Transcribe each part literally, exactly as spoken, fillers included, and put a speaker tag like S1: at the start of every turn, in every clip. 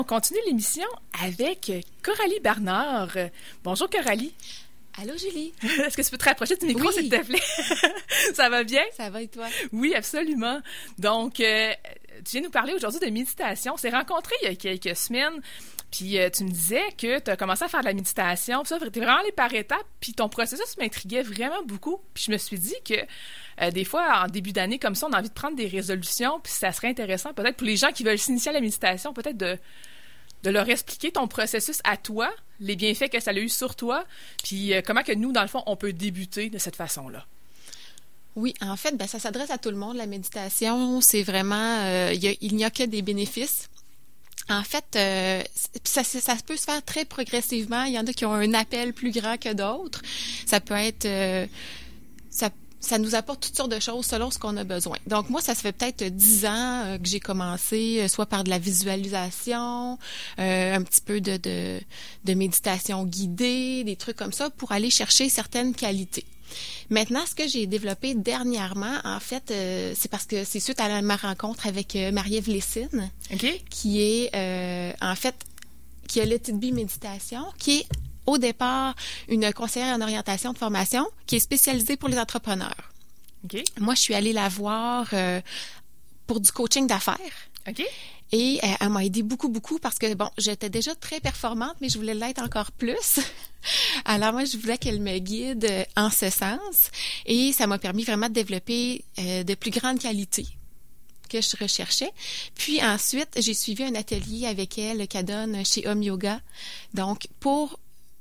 S1: On continue l'émission avec Coralie Bernard. Bonjour Coralie.
S2: Allô Julie.
S1: Est-ce que tu peux te rapprocher du micro,
S2: oui.
S1: s'il te plaît? Ça va bien?
S2: Ça va et toi?
S1: Oui, absolument. Donc, euh, tu viens nous parler aujourd'hui de méditation. On s'est rencontrés il y a quelques semaines, puis euh, tu me disais que tu as commencé à faire de la méditation, puis ça, tu es vraiment allé par étapes, puis ton processus m'intriguait vraiment beaucoup. Puis je me suis dit que euh, des fois, en début d'année comme ça, on a envie de prendre des résolutions, puis ça serait intéressant peut-être pour les gens qui veulent s'initier à la méditation, peut-être de... de leur expliquer ton processus à toi, les bienfaits que ça a eu sur toi, puis euh, comment que nous, dans le fond, on peut débuter de cette façon-là.
S2: Oui, en fait, ben, ça s'adresse à tout le monde, la méditation. C'est vraiment, euh, il, y a, il n'y a que des bénéfices. En fait, euh, ça, ça peut se faire très progressivement. Il y en a qui ont un appel plus grand que d'autres. Ça peut être... Euh, ça Ça nous apporte toutes sortes de choses selon ce qu'on a besoin. Donc, moi, ça se fait peut-être dix ans euh, que j'ai commencé, euh, soit par de la visualisation, euh, un petit peu de, de, de méditation guidée, des trucs comme ça, pour aller chercher certaines qualités. Maintenant, ce que j'ai développé dernièrement, en fait, euh, c'est parce que c'est suite à ma rencontre avec euh, Marie-Ève Lessine,
S1: okay.
S2: qui est, euh, en fait, qui a le T B Méditation, qui est au départ, une conseillère en orientation de formation qui est spécialisée pour les entrepreneurs.
S1: Okay.
S2: Moi, je suis allée la voir euh, pour du coaching d'affaires.
S1: Okay.
S2: Et euh, elle m'a aidée beaucoup, beaucoup parce que, bon, j'étais déjà très performante, mais je voulais l'être encore plus. Alors, moi, je voulais qu'elle me guide euh, en ce sens. Et ça m'a permis vraiment de développer euh, de plus grandes qualités que je recherchais. Puis ensuite, j'ai suivi un atelier avec elle qu'elle donne chez Home Yoga. Donc, pour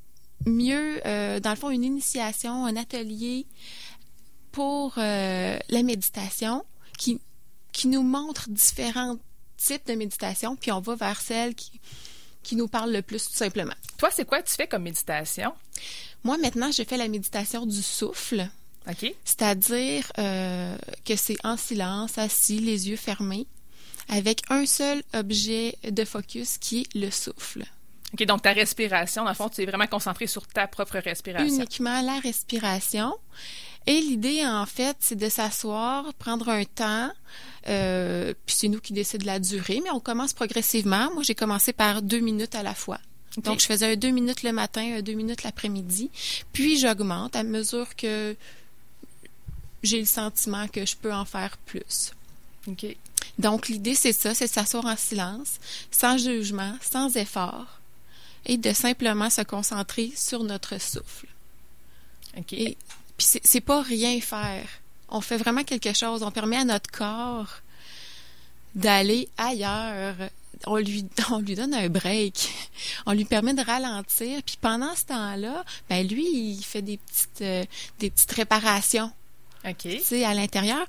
S2: mieux, euh, dans le fond, une initiation, un atelier pour euh, la méditation qui, qui nous montre différents types de méditation, puis on va vers celle qui, qui nous parle le plus, tout simplement.
S1: Toi, c'est quoi tu fais comme méditation?
S2: Moi, maintenant, je fais la méditation du souffle.
S1: OK.
S2: C'est-à-dire euh, que c'est en silence, assis, les yeux fermés, avec un seul objet de focus qui est le souffle.
S1: OK, donc ta respiration, dans le fond, tu es vraiment concentré sur ta propre respiration.
S2: Uniquement la respiration. Et l'idée, en fait, c'est de s'asseoir, prendre un temps, euh, puis c'est nous qui décidons de la durée, mais on commence progressivement. Moi, j'ai commencé par deux minutes à la fois. Okay. Donc, je faisais un deux minutes le matin, un deux minutes l'après-midi, puis j'augmente à mesure que j'ai le sentiment que je peux en faire plus.
S1: OK.
S2: Donc, l'idée, c'est ça, c'est de s'asseoir en silence, sans jugement, sans effort, et de simplement se concentrer sur notre souffle.
S1: OK.
S2: Et puis c'est, c'est pas rien faire. On fait vraiment quelque chose. On permet à notre corps d'aller ailleurs. On lui, on lui donne un break. On lui permet de ralentir. Puis pendant ce temps-là, ben lui, il fait des petites, euh, des petites réparations.
S1: OK.
S2: Tu sais, à l'intérieur.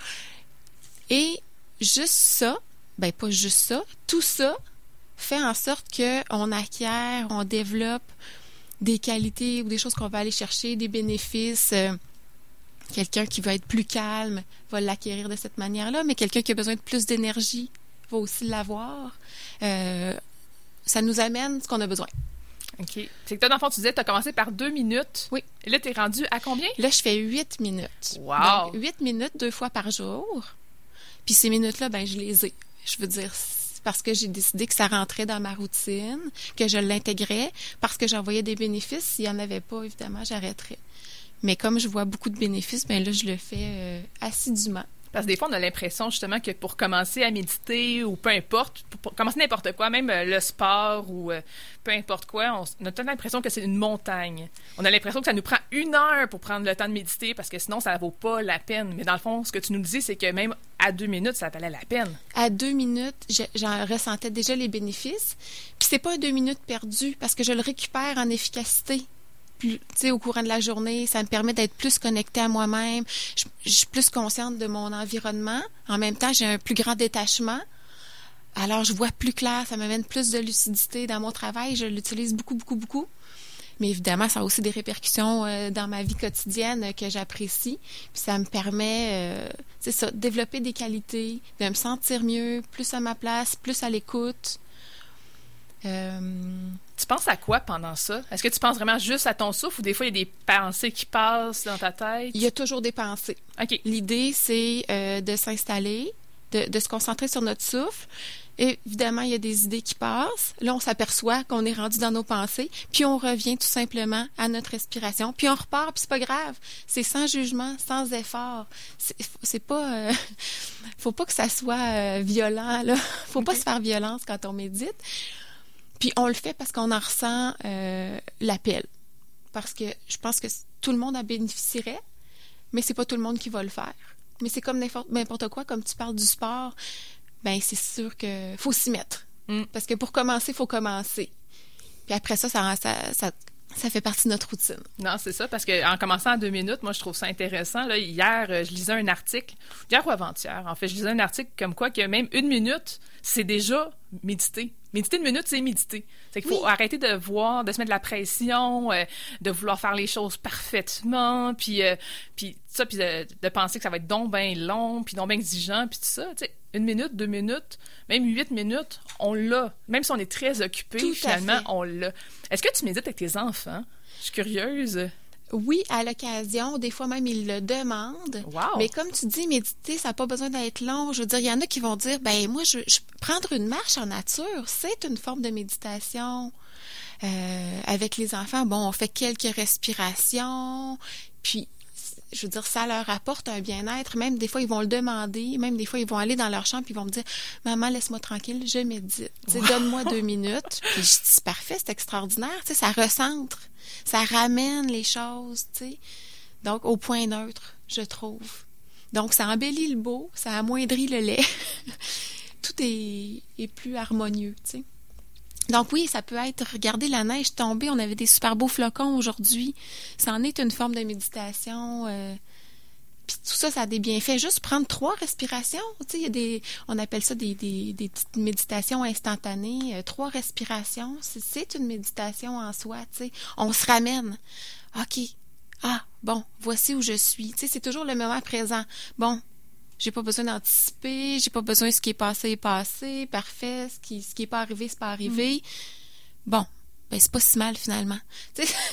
S2: Et juste ça, ben pas juste ça, tout ça fait en sorte qu'on acquiert, on développe des qualités ou des choses qu'on va aller chercher, des bénéfices. Euh, quelqu'un qui va être plus calme va l'acquérir de cette manière-là, mais quelqu'un qui a besoin de plus d'énergie va aussi l'avoir. Euh, ça nous amène ce qu'on a besoin.
S1: OK. C'est que toi, dans le fond, tu disais que tu as commencé par deux minutes.
S2: Oui.
S1: Et là, tu es rendu à combien?
S2: Là, je fais huit minutes.
S1: Wow!
S2: Donc, huit minutes, deux fois par jour. Puis ces minutes-là, ben je les ai. Je veux dire, parce que j'ai décidé que ça rentrait dans ma routine, que je l'intégrais, parce que j'en voyais des bénéfices. S'il n'y en avait pas, évidemment, j'arrêterais. Mais comme je vois beaucoup de bénéfices, bien là, je le fais euh, assidûment.
S1: Parce que des fois, on a l'impression justement que pour commencer à méditer ou peu importe, pour, pour commencer n'importe quoi, même euh, le sport ou euh, peu importe quoi, on, on a l'impression que c'est une montagne. On a l'impression que ça nous prend une heure pour prendre le temps de méditer parce que sinon, ça ne vaut pas la peine. Mais dans le fond, ce que tu nous dis, c'est que même à deux minutes, ça valait la peine.
S2: À deux minutes, je, j'en ressentais déjà les bénéfices. Puis c'est pas deux minutes perdues parce que je le récupère en efficacité. Plus, tu sais, au courant de la journée, ça me permet d'être plus connectée à moi-même. Je, je suis plus consciente de mon environnement. En même temps, j'ai un plus grand détachement. Alors, je vois plus clair. Ça m'amène plus de lucidité dans mon travail. Je l'utilise beaucoup, beaucoup, beaucoup. Mais évidemment, ça a aussi des répercussions euh, dans ma vie quotidienne euh, que j'apprécie. Puis ça me permet, euh, c'est ça, de développer des qualités, de me sentir mieux, plus à ma place, plus à l'écoute. Euh...
S1: Tu penses à quoi pendant ça? Est-ce que tu penses vraiment juste à ton souffle ou des fois, il y a des pensées qui passent dans ta tête?
S2: Il y a toujours des pensées.
S1: OK.
S2: L'idée, c'est euh, de s'installer, de, de se concentrer sur notre souffle évidemment, il y a des idées qui passent. Là, on s'aperçoit qu'on est rendu dans nos pensées, puis on revient tout simplement à notre respiration, puis on repart, puis c'est pas grave. C'est sans jugement, sans effort. C'est, c'est pas... Euh, faut pas que ça soit euh, violent, là. Faut okay. pas se faire violence quand on médite. Puis on le fait parce qu'on en ressent euh, l'appel. Parce que je pense que tout le monde en bénéficierait, mais c'est pas tout le monde qui va le faire. Mais c'est comme n'importe, n'importe quoi, comme tu parles du sport, ben c'est sûr que faut s'y mettre. Mm. Parce que pour commencer, il faut commencer. Puis après ça, ça, ça, ça, ça fait partie de notre routine.
S1: Non, c'est ça, parce qu'en commençant en deux minutes, moi, je trouve ça intéressant. Là, hier, je lisais un article, hier ou avant-hier, en fait, je lisais un article comme quoi que même une minute, c'est déjà méditer. Méditer une minute, c'est méditer. C'est qu'il faut oui. arrêter de voir, de se mettre de la pression, euh, de vouloir faire les choses parfaitement, puis euh, puis ça, puis de, de penser que ça va être donc bien long, puis donc bien exigeant, puis tout ça. Tu sais, une minute, deux minutes, même huit minutes, on l'a. Même si on est très occupé, tout finalement, on l'a. Est-ce que tu médites avec tes enfants? Je suis curieuse.
S2: Oui, à l'occasion. Des fois même, ils le demandent.
S1: Wow.
S2: Mais comme tu dis, méditer, ça n'a pas besoin d'être long. Je veux dire, il y en a qui vont dire, ben moi, je, je prendre une marche en nature, c'est une forme de méditation. Euh, avec les enfants, bon, on fait quelques respirations, puis je veux dire, ça leur apporte un bien-être. Même des fois, ils vont le demander. Même des fois, ils vont aller dans leur chambre puis ils vont me dire « Maman, laisse-moi tranquille, je médite. Wow. Donne-moi deux minutes. » Puis je dis « C'est parfait, c'est extraordinaire. » Tu sais, ça recentre. Ça ramène les choses, tu sais. Donc, au point neutre, je trouve. Donc, ça embellit le beau, ça amoindrit le laid. Tout est, est plus harmonieux, tu sais. Donc oui, ça peut être, regardez la neige tomber, on avait des super beaux flocons aujourd'hui. Ça en est une forme de méditation. Euh, puis tout ça, ça a des bienfaits. Juste prendre trois respirations, tu sais, il y a des, on appelle ça des, des, des petites méditations instantanées. Euh, trois respirations, c'est, c'est une méditation en soi, tu sais. On se ramène. OK, ah, bon, voici où je suis. Tu sais, c'est toujours le moment présent. Bon, j'ai pas besoin d'anticiper, j'ai pas besoin de ce qui est passé est passé, parfait, ce qui ce qui est pas arrivé, c'est pas arrivé. Mm. Bon, ben c'est pas si mal finalement. Tu sais,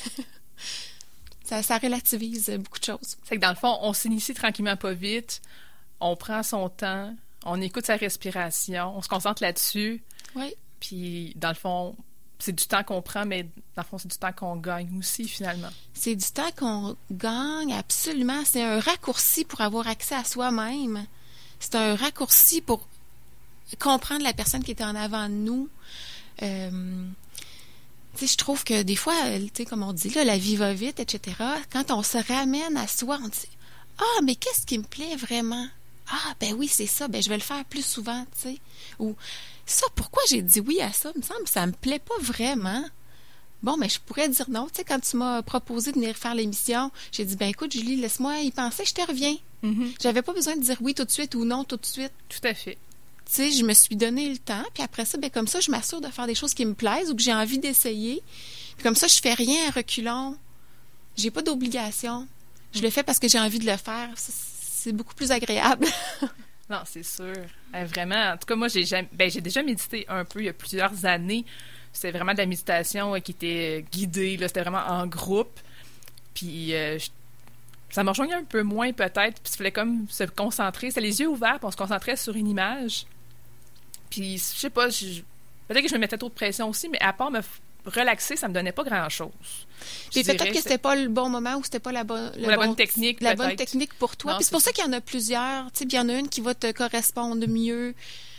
S2: ça, ça relativise beaucoup de choses.
S1: C'est que dans le fond, on s'initie tranquillement pas vite, on prend son temps, on écoute sa respiration, on se concentre là-dessus.
S2: Oui.
S1: Puis dans le fond, c'est du temps qu'on prend, mais dans le fond, c'est du temps qu'on gagne aussi, finalement.
S2: C'est du temps qu'on gagne, absolument. C'est un raccourci pour avoir accès à soi-même. C'est un raccourci pour comprendre la personne qui était en avant de nous. Euh, tu sais, je trouve que des fois, tu sais, comme on dit, là, la vie va vite, et cetera. Quand on se ramène à soi, on dit « Ah, mais qu'est-ce qui me plaît vraiment? Ah, ben oui, c'est ça, ben je vais le faire plus souvent, tu sais. » Ou ça, pourquoi j'ai dit oui à ça? Il me semble que ça me plaît pas vraiment. Bon, mais je pourrais dire non. Tu sais, quand tu m'as proposé de venir faire l'émission, j'ai dit, ben écoute, Julie, laisse-moi y penser, je te reviens. Mm-hmm. J'avais pas besoin de dire oui tout de suite ou non tout de suite.
S1: Tout à fait.
S2: Tu sais, je me suis donné le temps, puis après ça, ben comme ça, je m'assure de faire des choses qui me plaisent ou que j'ai envie d'essayer. Puis comme ça, je fais rien à reculons. J'ai pas d'obligation. Je le fais parce que j'ai envie de le faire. C'est, c'est beaucoup plus agréable.
S1: Non, c'est sûr. Euh, vraiment, en tout cas, moi, j'ai jamais, ben, j'ai déjà médité un peu il y a plusieurs années. C'était vraiment de la méditation euh, qui était guidée, là, c'était vraiment en groupe. Puis euh, je, ça me rejoignait un peu moins peut-être, puis il fallait comme se concentrer. C'était les yeux ouverts, puis on se concentrait sur une image. Puis je sais pas, je, peut-être que je me mettais trop de pression aussi, mais à part me relaxer, ça me donnait pas grand-chose.
S2: Puis peut-être dirais, que c'était pas le bon moment ou c'était pas la, bo- le
S1: la
S2: bon,
S1: bonne technique,
S2: la
S1: peut-être.
S2: bonne technique pour toi.
S1: Non,
S2: puis c'est, c'est pour ça,
S1: ça
S2: qu'il y en a plusieurs. Tu sais, il y en a une qui va te correspondre mieux.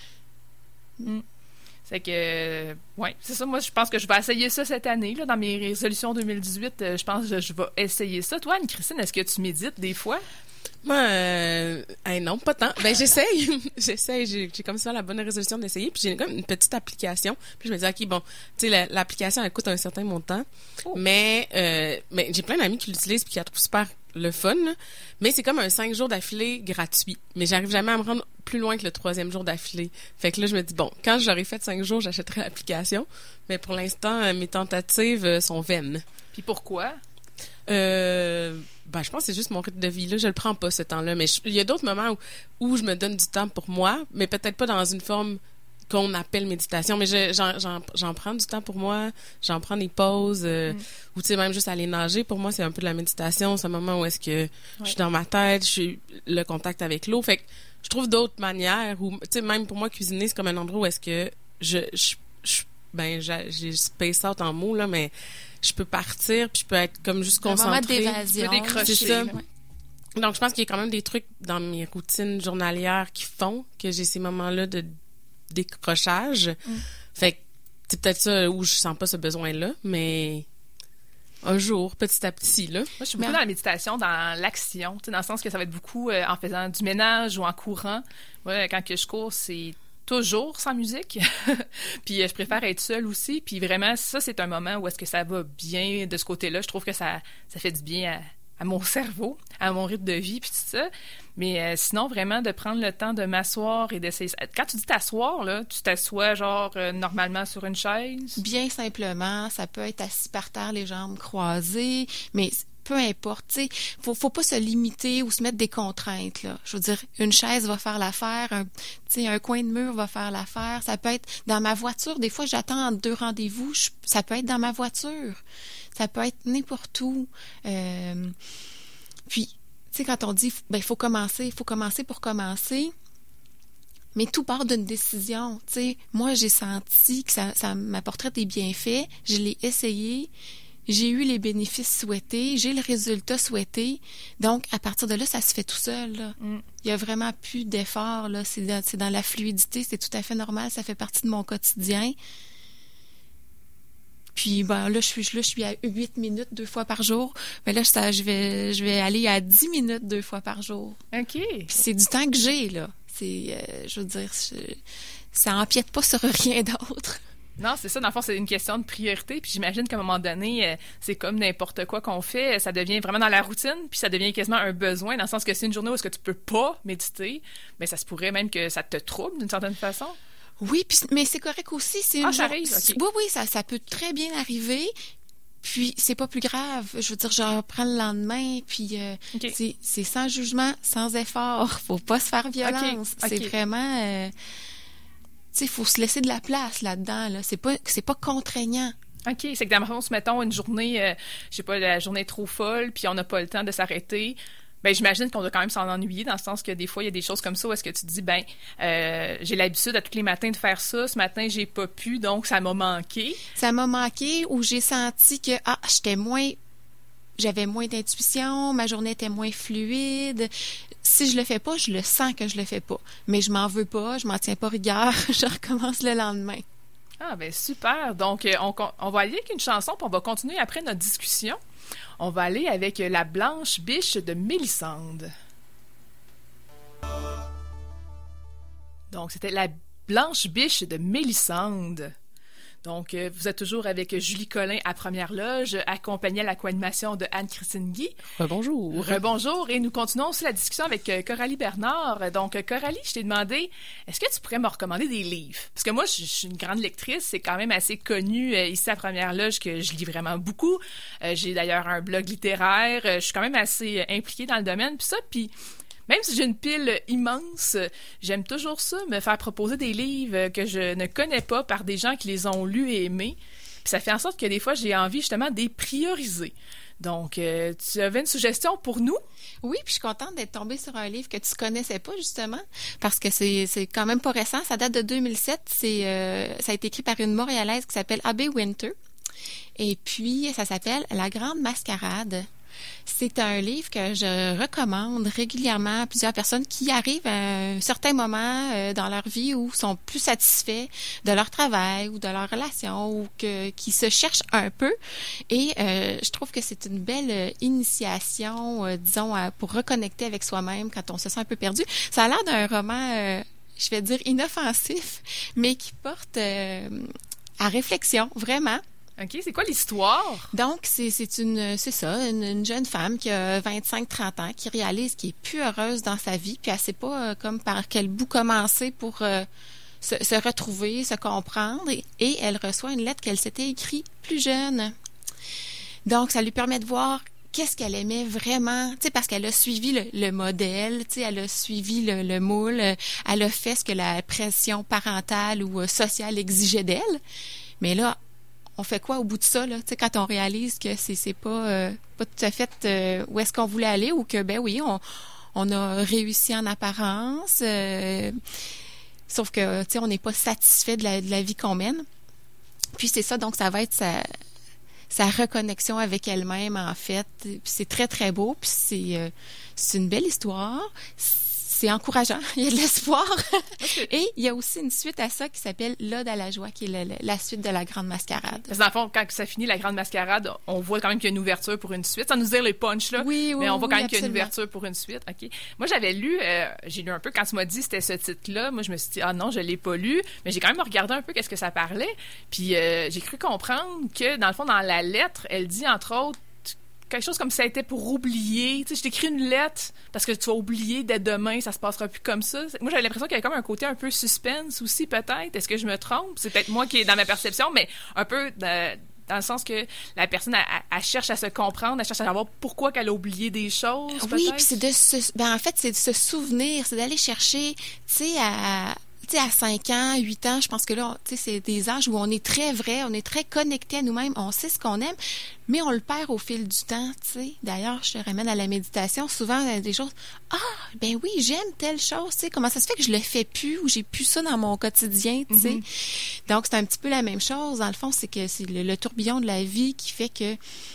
S1: Mm. C'est que, euh, ouais, c'est ça. Moi, je pense que je vais essayer ça cette année, là, dans mes résolutions deux mille dix-huit. Euh, je pense que je vais essayer ça. Toi, Anne-Christine, est-ce que tu médites des fois?
S3: Moi, euh, hey, non, pas tant. Ben, j'essaye. j'essaye. J'ai, j'ai comme ça la bonne résolution d'essayer. Puis j'ai comme une petite application. Puis je me dis, OK, bon, tu sais, la, l'application, elle coûte un certain montant. Oh. Mais, euh, mais j'ai plein d'amis qui l'utilisent puis qui la trouvent super le fun. Là. Mais c'est comme un cinq jours d'affilée gratuit. Mais j'arrive jamais à me rendre plus loin que le troisième jour d'affilée. Fait que là, je me dis, bon, quand j'aurai fait cinq jours, j'achèterai l'application. Mais pour l'instant, euh, mes tentatives euh, sont vaines.
S1: Puis pourquoi?
S3: Euh... Ben, je pense que c'est juste mon rythme de vie. Là, je le prends pas, ce temps-là. Mais je, il y a d'autres moments où, où je me donne du temps pour moi, mais peut-être pas dans une forme qu'on appelle méditation, mais je, j'en, j'en, j'en prends du temps pour moi, j'en prends des pauses, euh, mm. ou tu sais, même juste aller nager, pour moi, c'est un peu de la méditation, c'est un moment où est-ce que ouais. je suis dans ma tête, je suis le contact avec l'eau, fait que je trouve d'autres manières, où, tu sais, même pour moi, cuisiner, c'est comme un endroit où est-ce que je, je, je ben, j'ai, j'ai space out en mots, là, mais je peux partir, puis je peux être comme juste concentrée.
S2: Un moment d'évasion.
S1: Tu peux décrocher.
S3: C'est ça. Ouais. Donc, je pense qu'il y a quand même des trucs dans mes routines journalières qui font que j'ai ces moments-là de décrochage. Mm. Fait que c'est peut-être ça où je sens pas ce besoin-là, mais un jour, petit à petit, là.
S1: Moi, je suis beaucoup mais... dans la méditation, dans l'action, tu sais, dans le sens que ça va être beaucoup euh, en faisant du ménage ou en courant. Moi, quand que je cours, c'est toujours sans musique. Puis je préfère être seule aussi. Puis vraiment, ça, c'est un moment où est-ce que ça va bien de ce côté-là. Je trouve que ça, ça fait du bien à, à mon cerveau, à mon rythme de vie, puis tout ça. Mais euh, sinon, vraiment, de prendre le temps de m'asseoir et d'essayer... Quand tu dis t'asseoir, là, tu t'assois, genre, euh, normalement sur une chaise?
S2: Bien simplement. Ça peut être assis par terre, les jambes croisées, mais... peu importe, tu sais, faut, faut pas se limiter ou se mettre des contraintes, là. Je veux dire, une chaise va faire l'affaire, un, tu sais, un coin de mur va faire l'affaire. Ça peut être dans ma voiture. Des fois, j'attends entre deux rendez-vous. Je, ça peut être dans ma voiture. Ça peut être n'importe où. Euh, puis, tu sais, quand on dit, ben, il faut commencer, il faut commencer pour commencer. Mais tout part d'une décision, tu sais. Moi, j'ai senti que ça, ça m'apporterait des bienfaits. Je l'ai essayé. J'ai eu les bénéfices souhaités, j'ai le résultat souhaité. Donc, à partir de là, ça se fait tout seul, là. Mm. Il n'y a vraiment plus d'effort, là. C'est dans, c'est dans la fluidité, c'est tout à fait normal. Ça fait partie de mon quotidien. Puis, ben, là, je suis, là, je suis à huit minutes deux fois par jour. Mais là, ça, je vais, je vais aller à dix minutes deux fois par jour.
S1: OK.
S2: Puis c'est du temps que j'ai, là. C'est, euh, je veux dire, je, ça empiète pas sur rien d'autre.
S1: Non, c'est ça. Dans le fond, c'est une question de priorité. Puis j'imagine qu'à un moment donné, euh, c'est comme n'importe quoi qu'on fait. Ça devient vraiment dans la routine. Puis ça devient quasiment un besoin, dans le sens que c'est une journée où est-ce que tu peux pas méditer. Mais ça se pourrait même que ça te trouble d'une certaine façon.
S2: Oui, puis, mais c'est correct aussi. C'est une
S1: ah, ça arrive, OK.
S2: Oui, oui, ça, ça peut très bien arriver. Puis c'est pas plus grave. Je veux dire, je reprends le lendemain. Puis euh, okay. c'est, c'est sans jugement, sans effort. Faut pas se faire violence. Okay. C'est okay. vraiment... Euh, tu sais, il faut se laisser de la place là-dedans. Là. C'est pas, c'est pas contraignant.
S1: OK. C'est que dans le fond, mettons une journée, euh, je sais pas, la journée est trop folle, puis on n'a pas le temps de s'arrêter. Ben, j'imagine qu'on doit quand même s'en ennuyer, dans le sens que des fois, il y a des choses comme ça où est-ce que tu te dis, ben, euh, j'ai l'habitude à tous les matins de faire ça. Ce matin, j'ai pas pu, donc ça m'a manqué.
S2: Ça m'a manqué, ou j'ai senti que, ah, j'étais moins... J'avais moins d'intuition, ma journée était moins fluide. Si je le fais pas, je le sens que je le fais pas. Mais je m'en veux pas, je m'en tiens pas rigueur, je recommence le lendemain.
S1: Ah, ben super. Donc, on, on va aller avec une chanson, puis on va continuer après notre discussion. On va aller avec La Blanche Biche de Mélissande. Donc, c'était La Blanche Biche de Mélissande. Donc, euh, vous êtes toujours avec Julie Collin à Première Loge, accompagnée à la co-animation de Anne-Christine Guy.
S3: Rebonjour.
S1: Rebonjour. Et nous continuons aussi la discussion avec euh, Coralie Bernard. Donc, euh, Coralie, je t'ai demandé, est-ce que tu pourrais me recommander des livres? Parce que moi, je, je suis une grande lectrice. C'est quand même assez connu euh, ici à Première Loge que je lis vraiment beaucoup. Euh, j'ai d'ailleurs un blog littéraire. Euh, je suis quand même assez euh, impliquée dans le domaine. Puis ça, puis... Même si j'ai une pile immense, j'aime toujours ça, me faire proposer des livres que je ne connais pas par des gens qui les ont lus et aimés. Puis ça fait en sorte que des fois, j'ai envie justement de les prioriser. Donc, euh, tu avais une suggestion pour nous?
S2: Oui, puis je suis contente d'être tombée sur un livre que tu connaissais pas, justement, parce que c'est, c'est quand même pas récent. Ça date de deux mille sept. C'est, euh, ça a été écrit par une Montréalaise qui s'appelle Abby Winter. Et puis, ça s'appelle La Grande Mascarade. C'est un livre que je recommande régulièrement à plusieurs personnes qui arrivent à un certain moment euh, dans leur vie où sont plus satisfaits de leur travail ou de leur relation ou que, qui se cherchent un peu. Et euh, je trouve que c'est une belle initiation, euh, disons, à, pour reconnecter avec soi-même quand on se sent un peu perdu. Ça a l'air d'un roman, euh, je vais dire, inoffensif, mais qui porte euh, à réflexion, vraiment.
S1: OK, c'est quoi l'histoire?
S2: Donc, c'est, c'est une, c'est ça, une, une jeune femme qui a vingt-cinq trente ans, qui réalise qu'elle est plus heureuse dans sa vie, puis elle sait pas euh, comme par quel bout commencer pour euh, se, se retrouver, se comprendre, et, et elle reçoit une lettre qu'elle s'était écrite plus jeune. Donc, ça lui permet de voir qu'est-ce qu'elle aimait vraiment, tu sais, parce qu'elle a suivi le, le modèle, tu sais, elle a suivi le, le moule, elle a fait ce que la pression parentale ou euh, sociale exigeait d'elle. Mais là, on fait quoi au bout de ça, là, tu sais, quand on réalise que c'est, c'est pas, euh, pas tout à fait euh, où est-ce qu'on voulait aller ou que, ben oui, on, on a réussi en apparence, euh, sauf que, tu sais, on n'est pas satisfait de la, de la vie qu'on mène. Puis c'est ça, donc ça va être sa, sa reconnexion avec elle-même, en fait. Puis c'est très, très beau, puis c'est, euh, c'est une belle histoire. C'est encourageant, il y a de l'espoir. Et il y a aussi une suite à ça qui s'appelle L'Ode à la joie, qui est le, le, la suite de la Grande Mascarade.
S1: Parce que dans le fond, quand ça finit, la Grande Mascarade, on voit quand même qu'il y a une ouverture pour une suite, sans nous dire les punchs, là.
S2: Oui, oui,
S1: mais on voit quand
S2: oui,
S1: même qu'il y a une
S2: absolument.
S1: ouverture pour une suite. OK. Moi, j'avais lu, euh, j'ai lu un peu, quand tu m'as dit que c'était ce titre-là, moi, je me suis dit, ah non, je l'ai pas lu, mais j'ai quand même regardé un peu qu'est-ce que ça parlait. Puis euh, j'ai cru comprendre que, dans le fond, dans la lettre, elle dit, entre autres, quelque chose comme ça a été pour oublier. Tu sais, je t'écris une lettre parce que tu vas oublier dès demain, ça se passera plus comme ça. Moi, j'avais l'impression qu'il y avait comme un côté un peu suspense aussi, peut-être. Est-ce que je me trompe? C'est peut-être moi qui est dans ma perception, mais un peu de, dans le sens que la personne, elle, elle cherche à se comprendre, elle cherche à savoir pourquoi qu'elle a oublié des choses,
S2: Oui,
S1: peut-être.
S2: puis c'est de se... Ben, en fait, c'est de se souvenir, c'est d'aller chercher, tu sais, à... Tu sais, à cinq ans, huit ans, je pense que là, tu sais, c'est des âges où on est très vrai, on est très connecté à nous-mêmes, on sait ce qu'on aime, mais on le perd au fil du temps, tu sais. D'ailleurs, je te ramène à la méditation, souvent, il y a des choses, ah, ben oui, j'aime telle chose, tu sais, comment ça se fait que je le fais plus ou j'ai plus ça dans mon quotidien, tu sais. Mm-hmm. Donc, c'est un petit peu la même chose, dans le fond, c'est que c'est le, le tourbillon de la vie qui fait que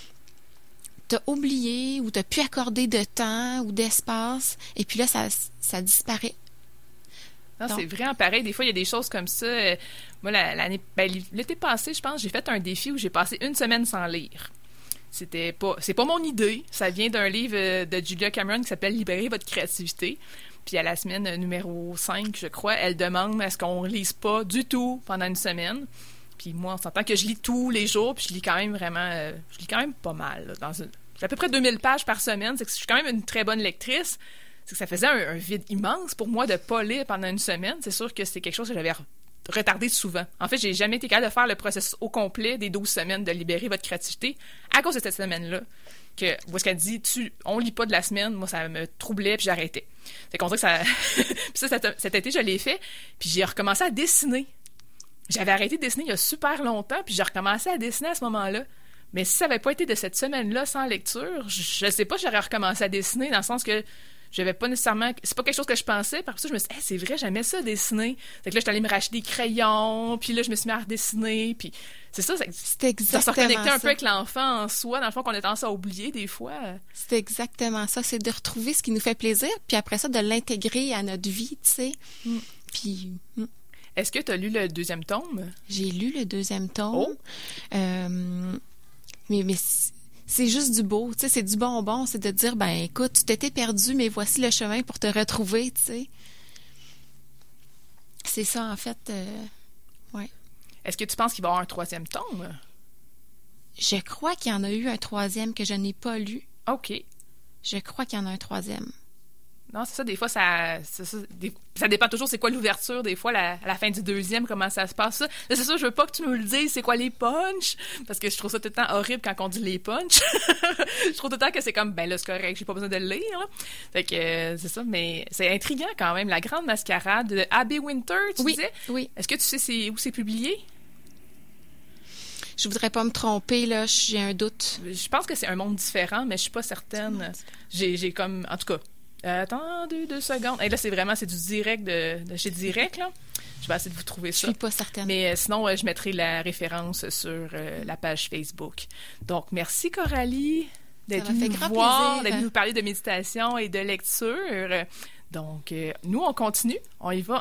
S2: t'as oublié ou t'as pu accorder de temps ou d'espace, et puis là, ça, ça disparaît.
S1: Non, c'est vraiment pareil. Des fois, il y a des choses comme ça. Euh, moi, la, l'année, ben, l'été passé, je pense, j'ai fait un défi où j'ai passé une semaine sans lire. C'était pas, c'est pas mon idée. Ça vient d'un livre de Julia Cameron qui s'appelle « Libérer votre créativité ». Puis à la semaine numéro cinq, je crois, elle demande à ce qu'on lise pas du tout pendant une semaine. Puis moi, on s'entend que je lis tous les jours, puis je lis quand même vraiment... Euh, je lis quand même pas mal. Là, dans une, j'ai à peu près deux mille pages par semaine. C'est que je suis quand même une très bonne lectrice. C'est que ça faisait un, un vide immense pour moi de pas lire pendant une semaine. C'est sûr que c'est quelque chose que j'avais retardé souvent. En fait, j'ai jamais été capable de faire le processus au complet des douze semaines de libérer votre créativité à cause de cette semaine-là. Que, où est-ce qu'elle dit, tu, on lit pas de la semaine, moi, ça me troublait, puis j'arrêtais. C'est qu'on dirait que ça... puis ça, cet, cet été, je l'ai fait, puis j'ai recommencé à dessiner. J'avais arrêté de dessiner il y a super longtemps, puis j'ai recommencé à dessiner à ce moment-là. Mais si ça avait pas été de cette semaine-là sans lecture, je, je sais pas, j'aurais recommencé à dessiner, dans le sens que j'avais pas nécessairement... C'est pas quelque chose que je pensais. Par ça, je me suis dit, hey, c'est vrai, j'aimais ça, dessiner. Fait que là, j'étais allée me racheter des crayons, puis là, je me suis mis à redessiner, puis c'est ça, c'est,
S2: c'est exactement ça.
S1: Ça se reconnectait un peu avec l'enfant en soi, dans le fond, qu'on a tendance à oublier des fois.
S2: C'est exactement ça. C'est de retrouver ce qui nous fait plaisir, puis après ça, de l'intégrer à notre vie, tu sais. Mm. Puis... Mm.
S1: Est-ce que tu as lu le deuxième tome?
S2: J'ai lu le deuxième tome.
S1: Oh.
S2: Euh, mais... mais c'est juste du beau, tu sais, c'est du bonbon, c'est de dire, ben écoute, tu t'étais perdu, mais voici le chemin pour te retrouver, tu sais. C'est ça, en fait, euh, ouais.
S1: Est-ce que tu penses qu'il va y avoir un troisième tome?
S2: Je crois qu'il y en a eu un troisième que je n'ai pas lu.
S1: OK.
S2: Je crois qu'il y en a un troisième.
S1: Non, c'est ça, des fois, ça, c'est ça, des, ça dépend toujours c'est quoi l'ouverture, des fois, la, à la fin du deuxième, comment ça se passe. Ça. Là, c'est ça, je veux pas que tu nous le dises, c'est quoi les punchs, parce que je trouve ça tout le temps horrible quand on dit les punchs. Je trouve tout le temps que c'est comme, ben là, c'est correct, j'ai pas besoin de le lire. Là. Fait que, euh, c'est ça, mais c'est intriguant quand même. La Grande Mascarade de Abby Winter, tu
S2: oui,
S1: disais?
S2: Oui,
S1: Est-ce que tu sais c'est, où c'est publié?
S2: Je voudrais pas me tromper, là, j'ai un doute.
S1: Je pense que c'est un monde différent, mais je suis pas certaine. J'ai, j'ai comme, en tout cas... Euh, attends deux, deux secondes. Et là, c'est vraiment, c'est du direct de, de chez Direct, là. Je vais essayer de vous trouver ça.
S2: Je suis pas certaine.
S1: Mais euh, sinon, euh, je mettrai la référence sur euh, la page Facebook. Donc, merci Coralie d'être venue nous voir, d'être venue nous parler de méditation et de lecture. Donc, euh, nous, on continue. On y va